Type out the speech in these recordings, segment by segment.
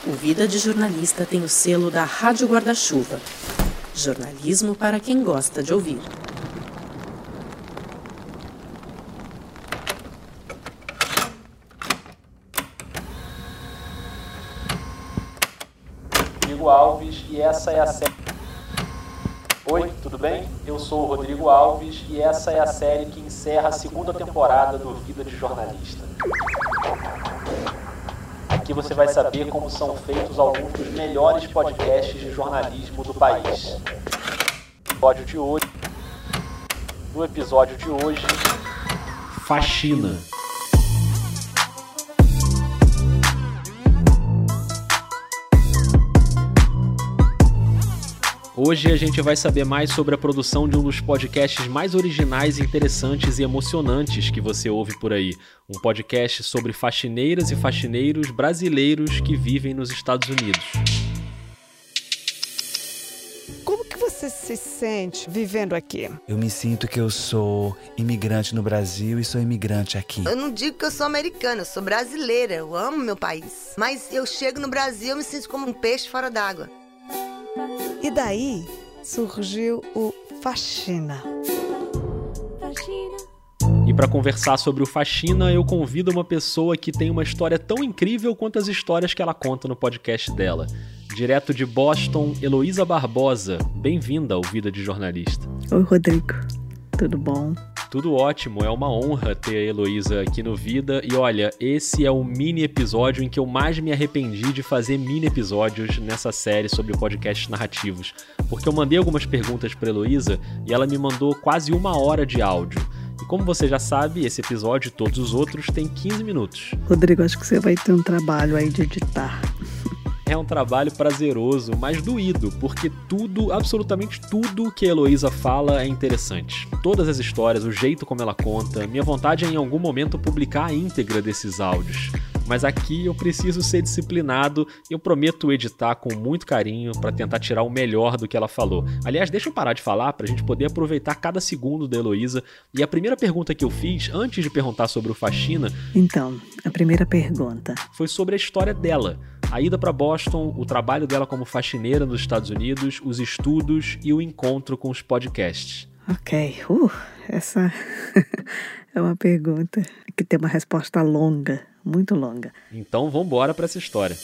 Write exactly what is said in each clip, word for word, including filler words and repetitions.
O Vida de Jornalista tem o selo da Rádio Guarda-Chuva. Jornalismo para quem gosta de ouvir. Rodrigo Alves e essa é a série... Oi, tudo bem? Eu sou o Rodrigo Alves e essa é a série que encerra a segunda temporada do Vida de Jornalista. Aqui você vai saber como são feitos alguns dos melhores podcasts de jornalismo do país. No episódio de hoje, no episódio de hoje, Faxina. Hoje a gente vai saber mais sobre a produção de um dos podcasts mais originais, interessantes e emocionantes que você ouve por aí. Um podcast sobre faxineiras e faxineiros brasileiros que vivem nos Estados Unidos. Como que você se sente vivendo aqui? Eu me sinto que eu sou imigrante no Brasil e sou imigrante aqui. Eu não digo que eu sou americana, eu sou brasileira, eu amo meu país. Mas eu chego no Brasil e eu me sinto como um peixe fora d'água. E daí surgiu o Faxina. E para conversar sobre o Faxina, eu convido uma pessoa que tem uma história tão incrível quanto as histórias que ela conta no podcast dela. Direto de Boston, Heloísa Barbosa. Bem-vinda ao Vida de Jornalista. Oi, Rodrigo. Tudo bom? Tudo ótimo, é uma honra ter a Heloísa aqui no Vida. E olha, esse é o mini episódio em que eu mais me arrependi de fazer mini episódios nessa série sobre podcasts narrativos. Porque eu mandei algumas perguntas para a Heloísa e ela me mandou quase uma hora de áudio. E como você já sabe, esse episódio e todos os outros têm quinze minutos. Rodrigo, acho que você vai ter um trabalho aí de editar. É um trabalho prazeroso, mas doído, porque tudo, absolutamente tudo que a Heloísa fala é interessante. Todas as histórias, o jeito como ela conta, minha vontade é em algum momento publicar a íntegra desses áudios. Mas aqui eu preciso ser disciplinado e eu prometo editar com muito carinho para tentar tirar o melhor do que ela falou. Aliás, deixa eu parar de falar para a gente poder aproveitar cada segundo da Heloísa. E a primeira pergunta que eu fiz, antes de perguntar sobre o Faxina... Então, a primeira pergunta... foi sobre a história dela. A ida para Boston, o trabalho dela como faxineira nos Estados Unidos, os estudos e o encontro com os podcasts. Ok, uh, essa é uma pergunta que tem uma resposta longa, muito longa. Então vamos embora para essa história.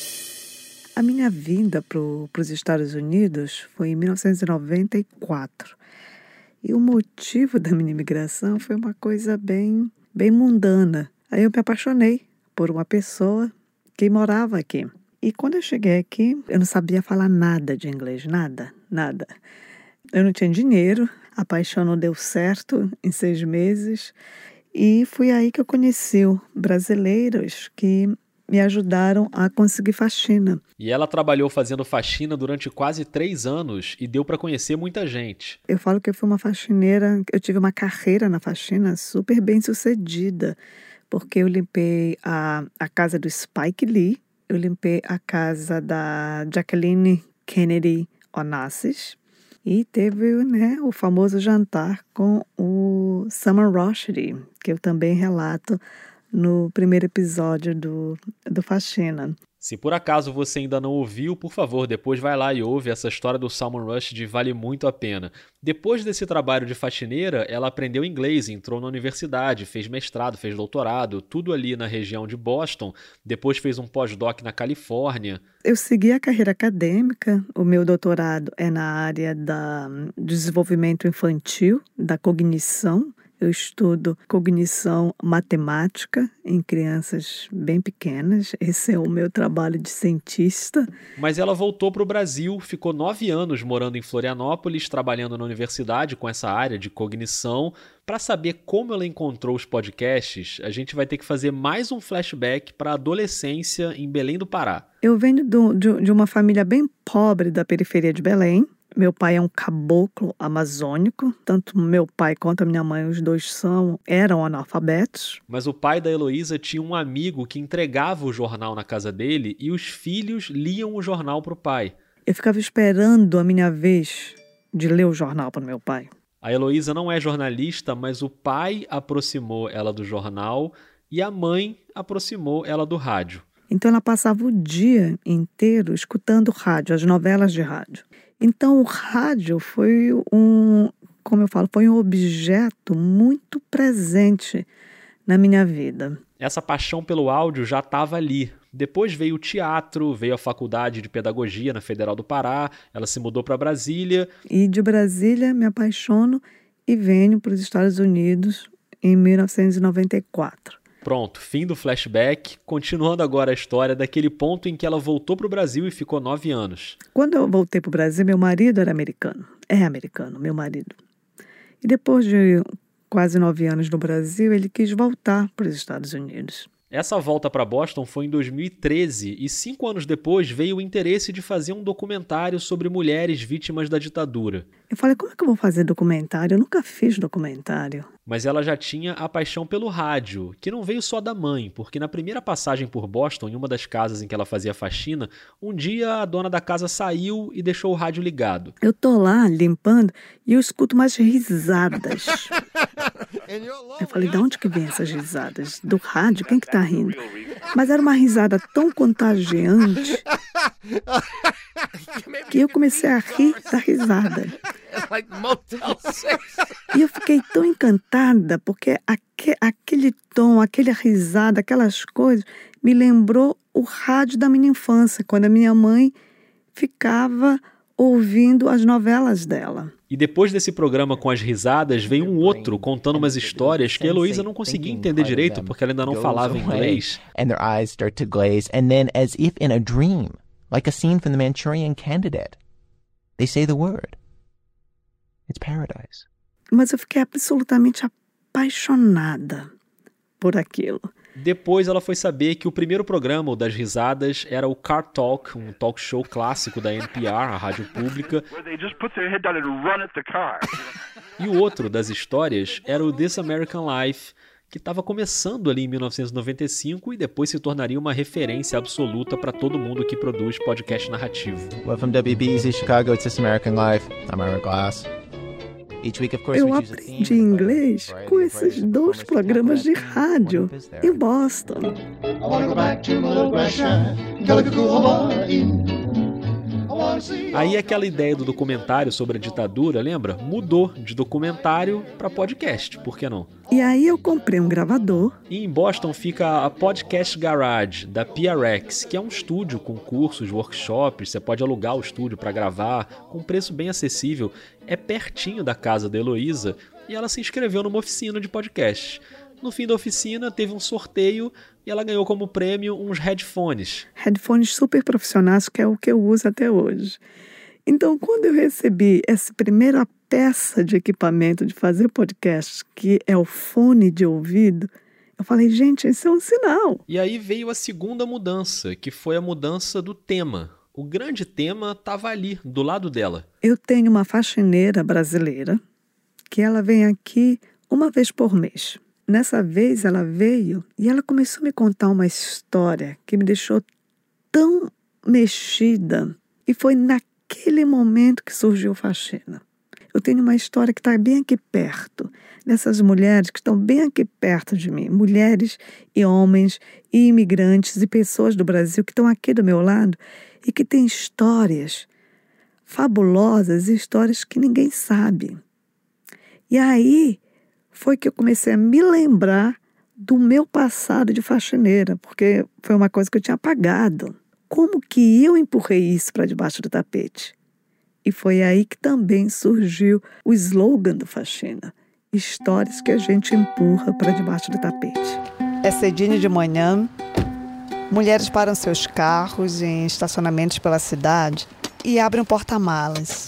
A minha vinda para os Estados Unidos foi em mil novecentos e noventa e quatro. E o motivo da minha imigração foi uma coisa bem, bem mundana. Aí eu me apaixonei por uma pessoa que morava aqui. E quando eu cheguei aqui, eu não sabia falar nada de inglês, nada, nada. Eu não tinha dinheiro, a paixão não deu certo em seis meses. E foi aí que eu conheci brasileiros que me ajudaram a conseguir faxina. E ela trabalhou fazendo faxina durante quase três anos e deu para conhecer muita gente. Eu falo que eu fui uma faxineira, eu tive uma carreira na faxina super bem sucedida. Porque eu limpei a, a casa do Spike Lee, eu limpei a casa da Jacqueline Kennedy Onassis e teve, né, o famoso jantar com o Salman Rushdie, que eu também relato no primeiro episódio do, do Faxina. Se por acaso você ainda não ouviu, por favor, depois vai lá e ouve. Essa história do Salman Rushdie, vale muito a pena. Depois desse trabalho de faxineira, ela aprendeu inglês, entrou na universidade, fez mestrado, fez doutorado, tudo ali na região de Boston. Depois fez um pós-doc na Califórnia. Eu segui a carreira acadêmica. O meu doutorado é na área da desenvolvimento infantil, da cognição. Eu estudo cognição matemática em crianças bem pequenas. Esse é o meu trabalho de cientista. Mas ela voltou para o Brasil, ficou nove anos morando em Florianópolis, trabalhando na universidade com essa área de cognição. Para saber como ela encontrou os podcasts, a gente vai ter que fazer mais um flashback para a adolescência em Belém do Pará. Eu venho do, de, de uma família bem pobre da periferia de Belém. Meu pai é um caboclo amazônico, tanto meu pai quanto a minha mãe, os dois são, eram analfabetos. Mas o pai da Heloísa tinha um amigo que entregava o jornal na casa dele e os filhos liam o jornal para o pai. Eu ficava esperando a minha vez de ler o jornal para o meu pai. A Heloísa não é jornalista, mas o pai aproximou ela do jornal e a mãe aproximou ela do rádio. Então ela passava o dia inteiro escutando rádio, as novelas de rádio. Então o rádio foi um, como eu falo, foi um objeto muito presente na minha vida. Essa paixão pelo áudio já estava ali. Depois veio o teatro, veio a faculdade de pedagogia na Federal do Pará, ela se mudou para Brasília. E de Brasília me apaixono e venho para os Estados Unidos em mil novecentos e noventa e quatro. Pronto, fim do flashback, continuando agora a história daquele ponto em que ela voltou para o Brasil e ficou nove anos. Quando eu voltei para o Brasil, meu marido era americano, é americano, meu marido. E depois de quase nove anos no Brasil, ele quis voltar para os Estados Unidos. Essa volta para Boston foi em dois mil e treze e cinco anos depois veio o interesse de fazer um documentário sobre mulheres vítimas da ditadura. Eu falei, como é que eu vou fazer documentário? Eu nunca fiz documentário. Mas ela já tinha a paixão pelo rádio, que não veio só da mãe, porque na primeira passagem por Boston, em uma das casas em que ela fazia faxina, um dia a dona da casa saiu e deixou o rádio ligado. Eu tô lá limpando e eu escuto umas risadas. Eu falei, de onde que vem essas risadas? Do rádio? Quem que tá rindo? Mas era uma risada tão contagiante que eu comecei a rir da risada. E eu fiquei tão encantada, porque aque, aquele tom, aquela risada, aquelas coisas, me lembrou o rádio da minha infância, quando a minha mãe ficava ouvindo as novelas dela. E depois desse programa com as risadas, veio um outro contando umas histórias que a Heloísa não conseguia entender direito, porque ela ainda não falava inglês. And their eyes start to glaze, and then as if in a dream, like a scene from The Manchurian Candidate, they say the word. It's paradise. Mas eu fiquei absolutamente apaixonada por aquilo. Depois ela foi saber que o primeiro programa, o das risadas, era o Car Talk, um talk show clássico da N P R, a rádio pública. E o outro das histórias era o This American Life, que estava começando ali em mil novecentos e noventa e cinco e depois se tornaria uma referência absoluta para todo mundo que produz podcast narrativo. Well, from W B E Z Chicago, it's This American Life. I'm Ira Glass. Eu aprendi inglês com esses dois programas de rádio em Boston. Aí aquela ideia do documentário sobre a ditadura, lembra? Mudou de documentário para podcast, por que não? E aí eu comprei um gravador. E em Boston fica a Podcast Garage, da P R X, que é um estúdio com cursos, workshops, você pode alugar o estúdio para gravar, com um preço bem acessível. É pertinho da casa da Heloísa e ela se inscreveu numa oficina de podcast. No fim da oficina teve um sorteio e ela ganhou como prêmio uns headphones. Headphones super profissionais, que é o que eu uso até hoje. Então, quando eu recebi essa primeira peça de equipamento de fazer podcast, que é o fone de ouvido, eu falei, gente, isso é um sinal. E aí veio a segunda mudança, que foi a mudança do tema. O grande tema estava ali, do lado dela. Eu tenho uma faxineira brasileira, que ela vem aqui uma vez por mês. Nessa vez ela veio e ela começou a me contar uma história que me deixou tão mexida. E foi naquele momento que surgiu Faxina. Eu tenho uma história que está bem aqui perto, dessas mulheres que estão bem aqui perto de mim. Mulheres e homens e imigrantes e pessoas do Brasil que estão aqui do meu lado e que têm histórias fabulosas, histórias que ninguém sabe. E aí foi que eu comecei a me lembrar do meu passado de faxineira, porque foi uma coisa que eu tinha apagado. Como que eu empurrei isso para debaixo do tapete? E foi aí que também surgiu o slogan do Faxina: histórias que a gente empurra para debaixo do tapete. É cedinho de manhã, mulheres param seus carros em estacionamentos pela cidade e abrem um porta-malas.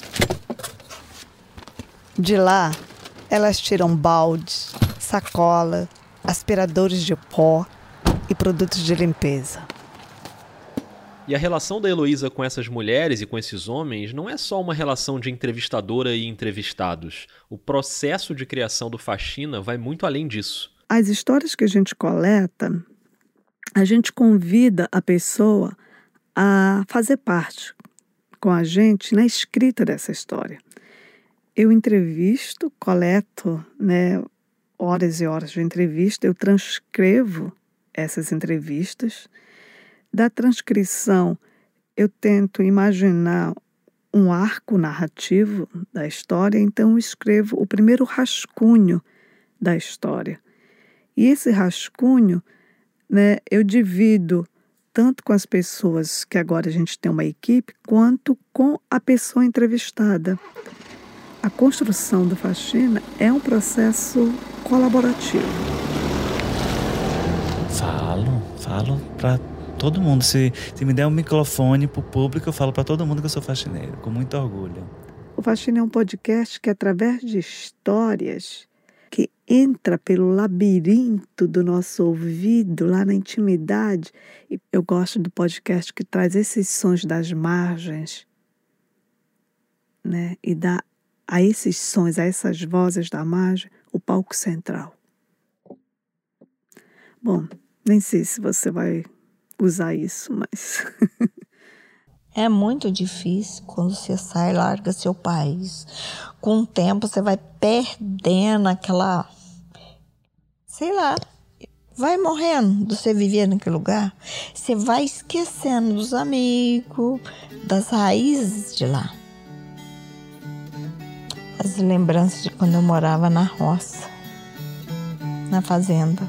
De lá, elas tiram baldes, sacola, aspiradores de pó e produtos de limpeza. E a relação da Heloísa com essas mulheres e com esses homens não é só uma relação de entrevistadora e entrevistados. O processo de criação do Faxina vai muito além disso. As histórias que a gente coleta, a gente convida a pessoa a fazer parte com a gente na escrita dessa história. Eu entrevisto, coleto, né, horas e horas de entrevista, eu transcrevo essas entrevistas. Da transcrição, eu tento imaginar um arco narrativo da história, então eu escrevo o primeiro rascunho da história. E esse rascunho, né, eu divido tanto com as pessoas, que agora a gente tem uma equipe, quanto com a pessoa entrevistada. A construção do Faxina é um processo colaborativo. Falo, falo para todo mundo. Se, se me der um microfone para o público, eu falo para todo mundo que eu sou faxineiro, com muito orgulho. O Faxina é um podcast que, através de histórias, que entra pelo labirinto do nosso ouvido, lá na intimidade. E eu gosto do podcast que traz esses sons das margens, né? E dá a esses sons, a essas vozes da margem, o palco central. Bom, nem sei se você vai usar isso, mas... É muito difícil quando você sai e larga seu país. Com o tempo você vai perdendo aquela... Sei lá, vai morrendo de você viver naquele lugar. Você vai esquecendo dos amigos, das raízes de lá. As lembranças de quando eu morava na roça, na fazenda.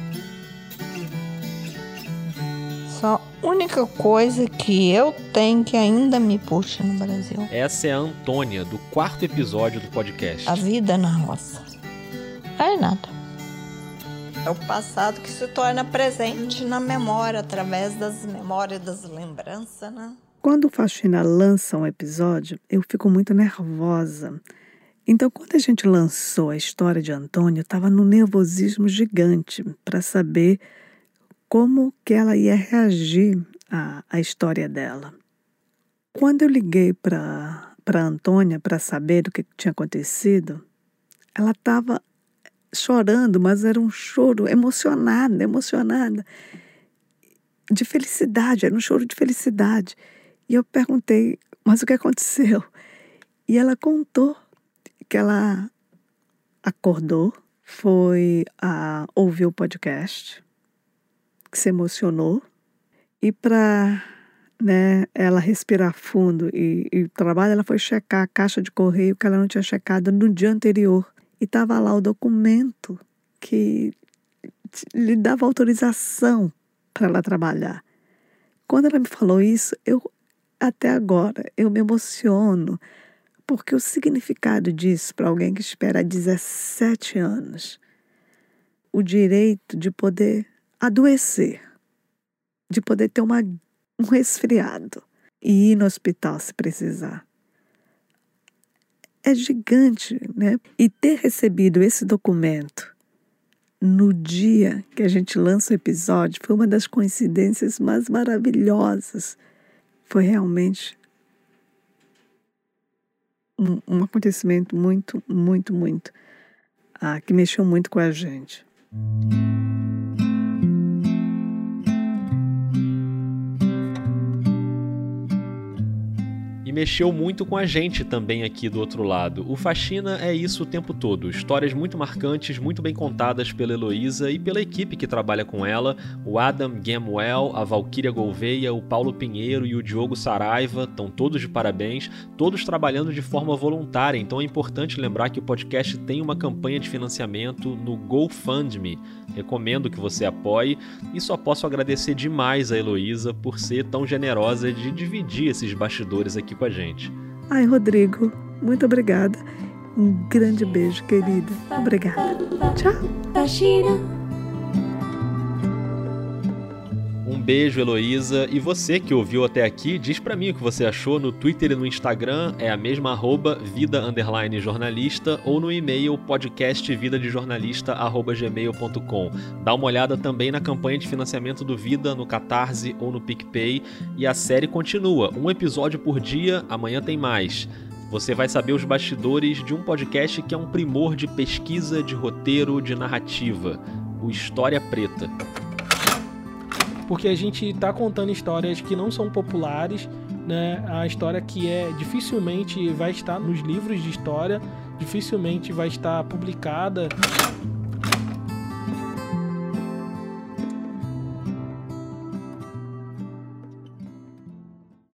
Só a única coisa que eu tenho que ainda me puxa no Brasil. Essa é a Antônia, do quarto episódio do podcast. A vida na roça. Não é nada. É o passado que se torna presente na memória, através das memórias, das lembranças, né? Quando o Faxina lança um episódio, eu fico muito nervosa. Então, quando a gente lançou a história de Antônia, eu estava num nervosismo gigante para saber como que ela ia reagir à, à história dela. Quando eu liguei para para Antônia para saber do que tinha acontecido, ela estava chorando, mas era um choro emocionada, emocionada, de felicidade, era um choro de felicidade. E eu perguntei, mas o que aconteceu? E ela contou que ela acordou, foi a ouvir o podcast, que se emocionou, e para, né, ela respirar fundo e, e trabalho, ela foi checar a caixa de correio que ela não tinha checado no dia anterior. E estava lá o documento que lhe dava autorização para ela trabalhar. Quando ela me falou isso, eu, até agora, eu me emociono, porque o significado disso para alguém que espera há dezessete anos, o direito de poder adoecer, de poder ter uma, um resfriado e ir no hospital se precisar. É gigante, né? E ter recebido esse documento no dia que a gente lança o episódio foi uma das coincidências mais maravilhosas. Foi realmente um, um acontecimento muito, muito, muito, ah, que mexeu muito com a gente. Mexeu muito com a gente também aqui do outro lado. O Faxina é isso o tempo todo. Histórias muito marcantes, muito bem contadas pela Heloísa e pela equipe que trabalha com ela. O Adam Gamwell, a Valquíria Gouveia, o Paulo Pinheiro e o Diogo Saraiva estão todos de parabéns, todos trabalhando de forma voluntária. Então é importante lembrar que o podcast tem uma campanha de financiamento no GoFundMe. Recomendo que você apoie e só posso agradecer demais a Heloísa por ser tão generosa de dividir esses bastidores aqui com a gente. Ai, Rodrigo, muito obrigada. Um grande beijo, querida. Obrigada. Tchau. Um beijo, Heloísa. E você que ouviu até aqui, diz pra mim o que você achou no Twitter e no Instagram. É a mesma arroba vida underline jornalista ou no e-mail podcastvidadejornalista arroba gmail ponto com. Dá uma olhada também na campanha de financiamento do Vida no Catarse ou no PicPay. E a série continua. Um episódio por dia, amanhã tem mais. Você vai saber os bastidores de um podcast que é um primor de pesquisa, de roteiro, de narrativa. O História Preta. Porque a gente está contando histórias que não são populares, né? A história que é dificilmente vai estar nos livros de história, dificilmente vai estar publicada.